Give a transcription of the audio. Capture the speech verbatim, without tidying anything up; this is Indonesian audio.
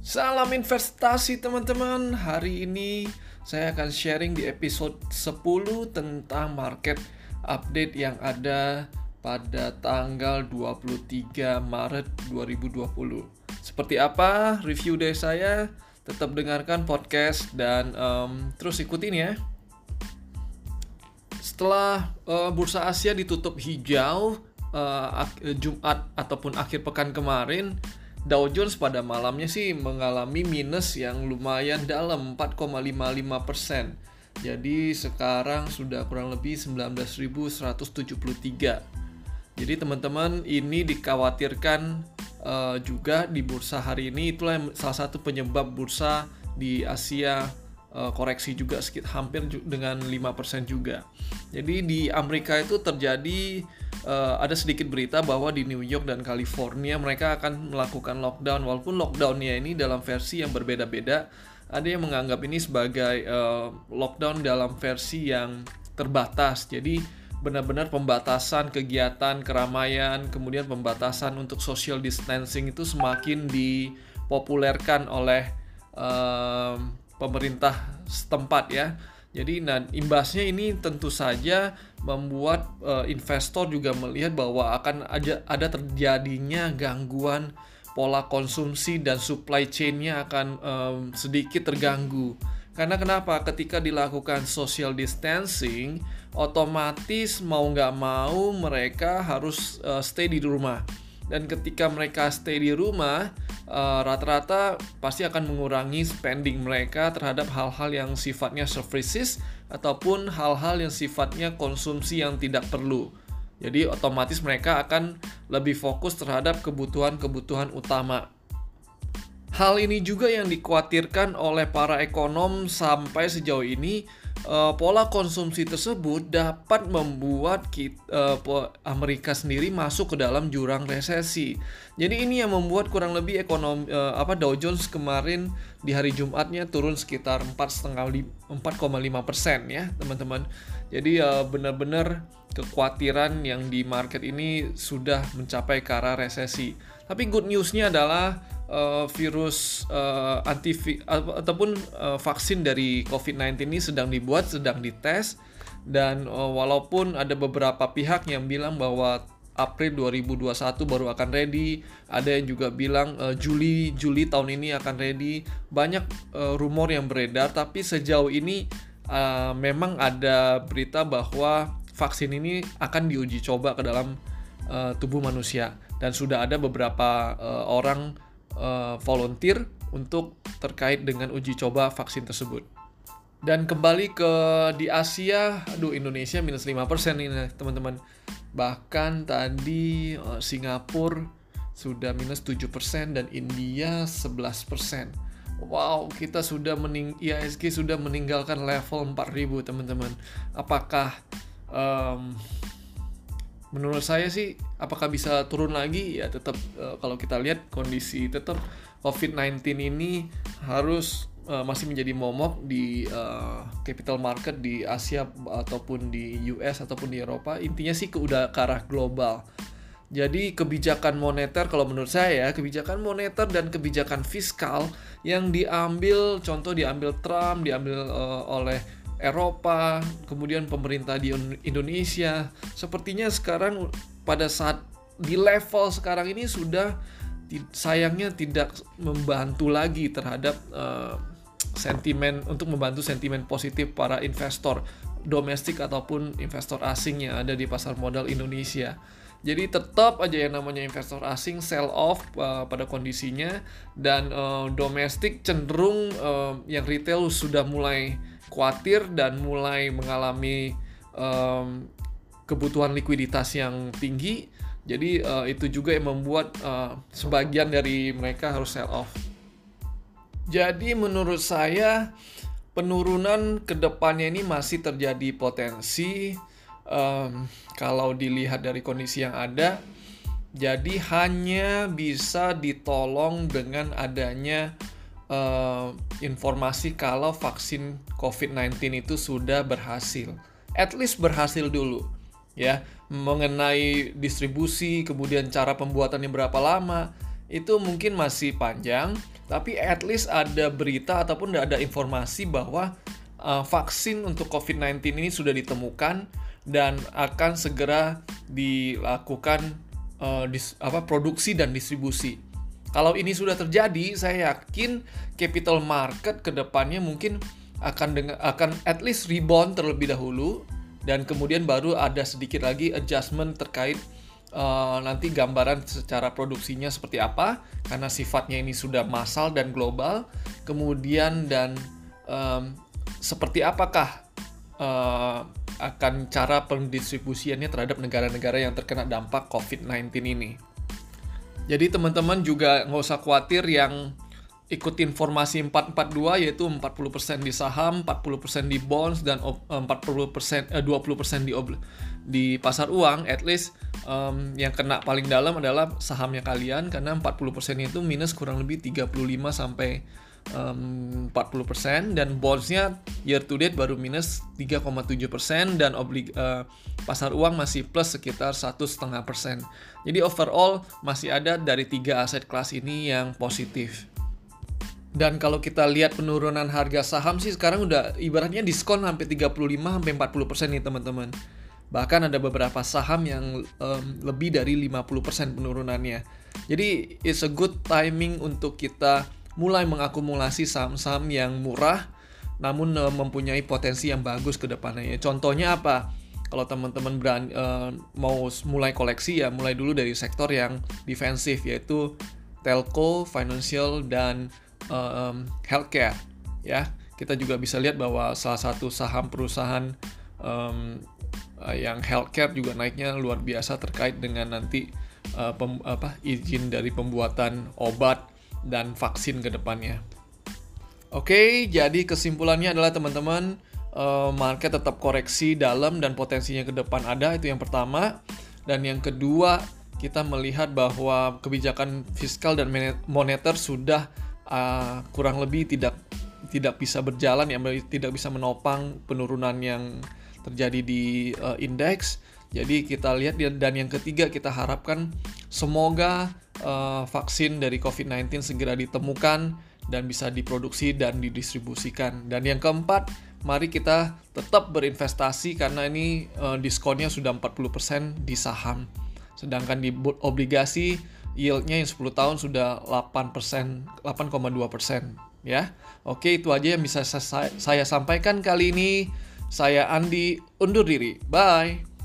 Salam investasi teman-teman. Hari ini saya akan sharing di episode sepuluh tentang market update yang ada pada tanggal dua puluh tiga Maret dua ribu dua puluh. Seperti apa review dari saya? Tetap dengarkan podcast dan um, terus ikutin ya. Setelah uh, bursa Asia ditutup hijau uh, Jumat ataupun akhir pekan kemarin, Dow Jones pada malamnya sih mengalami minus yang lumayan dalam, empat koma lima lima persen. Jadi sekarang sudah kurang lebih sembilan belas ribu seratus tujuh puluh tiga. Jadi teman-teman, ini dikhawatirkan uh, juga di bursa hari ini. Itulah yang salah satu penyebab bursa di Asia uh, koreksi juga sekitar hampir ju- dengan lima persen juga. Jadi di Amerika itu terjadi Uh, ada sedikit berita bahwa di New York dan California mereka akan melakukan lockdown. Walaupun lockdownnya ini dalam versi yang berbeda-beda. Ada yang menganggap ini sebagai uh, lockdown dalam versi yang terbatas. Jadi benar-benar pembatasan kegiatan keramaian, kemudian pembatasan untuk social distancing itu semakin dipopulerkan oleh uh, pemerintah setempat ya. Jadi nah, imbasnya ini tentu saja membuat uh, investor juga melihat bahwa akan ada, ada terjadinya gangguan pola konsumsi dan supply chain-nya akan um, sedikit terganggu. Karena kenapa? Ketika dilakukan social distancing, otomatis mau nggak mau mereka harus uh, stay di rumah. Dan ketika mereka stay di rumah, uh, rata-rata pasti akan mengurangi spending mereka terhadap hal-hal yang sifatnya services ataupun hal-hal yang sifatnya konsumsi yang tidak perlu. Jadi otomatis mereka akan lebih fokus terhadap kebutuhan-kebutuhan utama. Hal ini juga yang dikhawatirkan oleh para ekonom sampai sejauh ini, uh, pola konsumsi tersebut dapat membuat kita, uh, Amerika sendiri masuk ke dalam jurang resesi. Jadi ini yang membuat kurang lebih ekonomi uh, apa Dow Jones kemarin di hari Jumatnya turun sekitar empat koma lima persen ya teman-teman. Jadi uh, benar-benar kekhawatiran yang di market ini sudah mencapai ke arah resesi. Tapi good news-nya adalah Uh, virus uh, anti uh, ataupun uh, vaksin dari covid sembilan belas ini sedang dibuat, sedang dites, dan uh, walaupun ada beberapa pihak yang bilang bahwa April dua ribu dua puluh satu baru akan ready, ada yang juga bilang uh, Juli Juli tahun ini akan ready. Banyak uh, rumor yang beredar, tapi sejauh ini uh, memang ada berita bahwa vaksin ini akan diuji coba ke dalam uh, tubuh manusia, dan sudah ada beberapa uh, orang Uh, volunteer untuk terkait dengan uji coba vaksin tersebut. Dan kembali ke di Asia, aduh Indonesia minus lima persen ini teman-teman. Bahkan tadi uh, Singapura sudah minus tujuh persen dan India sebelas persen. Wow, kita sudah mening I H S G sudah meninggalkan level empat ribu teman-teman. Apakah um, menurut saya sih, apakah bisa turun lagi? Ya tetap uh, kalau kita lihat kondisi tetap covid sembilan belas ini harus uh, masih menjadi momok di uh, capital market di Asia ataupun di U S ataupun di Eropa. Intinya sih ke udah ke arah global. Jadi kebijakan moneter, kalau menurut saya, kebijakan moneter dan kebijakan fiskal yang diambil, contoh diambil Trump, diambil uh, oleh Eropa, kemudian pemerintah di Indonesia, sepertinya sekarang pada saat di level sekarang ini sudah sayangnya tidak membantu lagi terhadap uh, sentimen untuk membantu sentimen positif para investor domestik ataupun investor asing yang ada di pasar modal Indonesia. Jadi tetap aja yang namanya investor asing sell off uh, pada kondisinya, dan uh, domestik cenderung uh, yang retail sudah mulai khawatir dan mulai mengalami um, kebutuhan likuiditas yang tinggi. Jadi uh, itu juga yang membuat uh, sebagian dari mereka harus sell off. Jadi menurut saya penurunan ke depannya ini masih terjadi potensi um, kalau dilihat dari kondisi yang ada. Jadi hanya bisa ditolong dengan adanya Uh, informasi kalau vaksin covid sembilan belas itu sudah berhasil, at least berhasil dulu ya. Mengenai distribusi, kemudian cara pembuatannya berapa lama, itu mungkin masih panjang, tapi at least ada berita ataupun ada informasi bahwa uh, vaksin untuk covid sembilan belas ini sudah ditemukan dan akan segera dilakukan uh, dis, apa, produksi dan distribusi. Kalau ini sudah terjadi, saya yakin capital market ke depannya mungkin akan dengan, akan at least rebound terlebih dahulu, dan kemudian baru ada sedikit lagi adjustment terkait Uh, nanti gambaran secara produksinya seperti apa, karena sifatnya ini sudah massal dan global. Kemudian dan um, seperti apakah uh, akan cara pendistribusiannya terhadap negara-negara yang terkena dampak covid sembilan belas ini. Jadi teman-teman juga nggak usah khawatir yang ikutin formasi empat empat dua, yaitu empat puluh persen di saham, empat puluh persen di bonds, dan empat puluh persen, eh, dua puluh persen di obli, di pasar uang. At least um, yang kena paling dalam adalah sahamnya kalian, karena empat puluh persen itu minus kurang lebih tiga puluh lima sampai empat puluh persen, dan bondsnya year to date baru minus tiga koma tujuh persen, dan oblig, uh, pasar uang masih plus sekitar satu koma lima persen. Jadi overall masih ada dari tiga aset kelas ini yang positif. Dan kalau kita lihat penurunan harga saham sih sekarang udah ibaratnya diskon sampai tiga puluh lima sampai empat puluh persen nih teman-teman. Bahkan ada beberapa saham yang um, lebih dari lima puluh persen penurunannya. Jadi it's a good timing untuk kita mulai mengakumulasi saham-saham yang murah namun uh, mempunyai potensi yang bagus ke depannya. Contohnya apa? Kalau teman-teman berani, uh, mau mulai koleksi, ya mulai dulu dari sektor yang defensif, yaitu telco, financial, dan Um, healthcare. Ya, kita juga bisa lihat bahwa salah satu saham perusahaan um, uh, yang healthcare juga naiknya luar biasa terkait dengan nanti uh, pem, apa, izin dari pembuatan obat dan vaksin ke depannya. Oke, jadi kesimpulannya adalah teman-teman, uh, market tetap koreksi dalam dan potensinya ke depan ada, itu yang pertama. Dan yang kedua, kita melihat bahwa kebijakan fiskal dan moneter sudah Uh, kurang lebih tidak tidak bisa berjalan, ya, tidak bisa menopang penurunan yang terjadi di uh, indeks. Jadi kita lihat, dan yang ketiga kita harapkan semoga uh, vaksin dari covid sembilan belas segera ditemukan dan bisa diproduksi dan didistribusikan. Dan yang keempat, mari kita tetap berinvestasi karena ini uh, diskonnya sudah empat puluh persen di saham. Sedangkan di obligasi yield-nya yang sepuluh tahun sudah delapan persen, delapan koma dua persen, ya. Oke, itu aja yang bisa saya, saya sampaikan kali ini. Saya Andi, undur diri. Bye.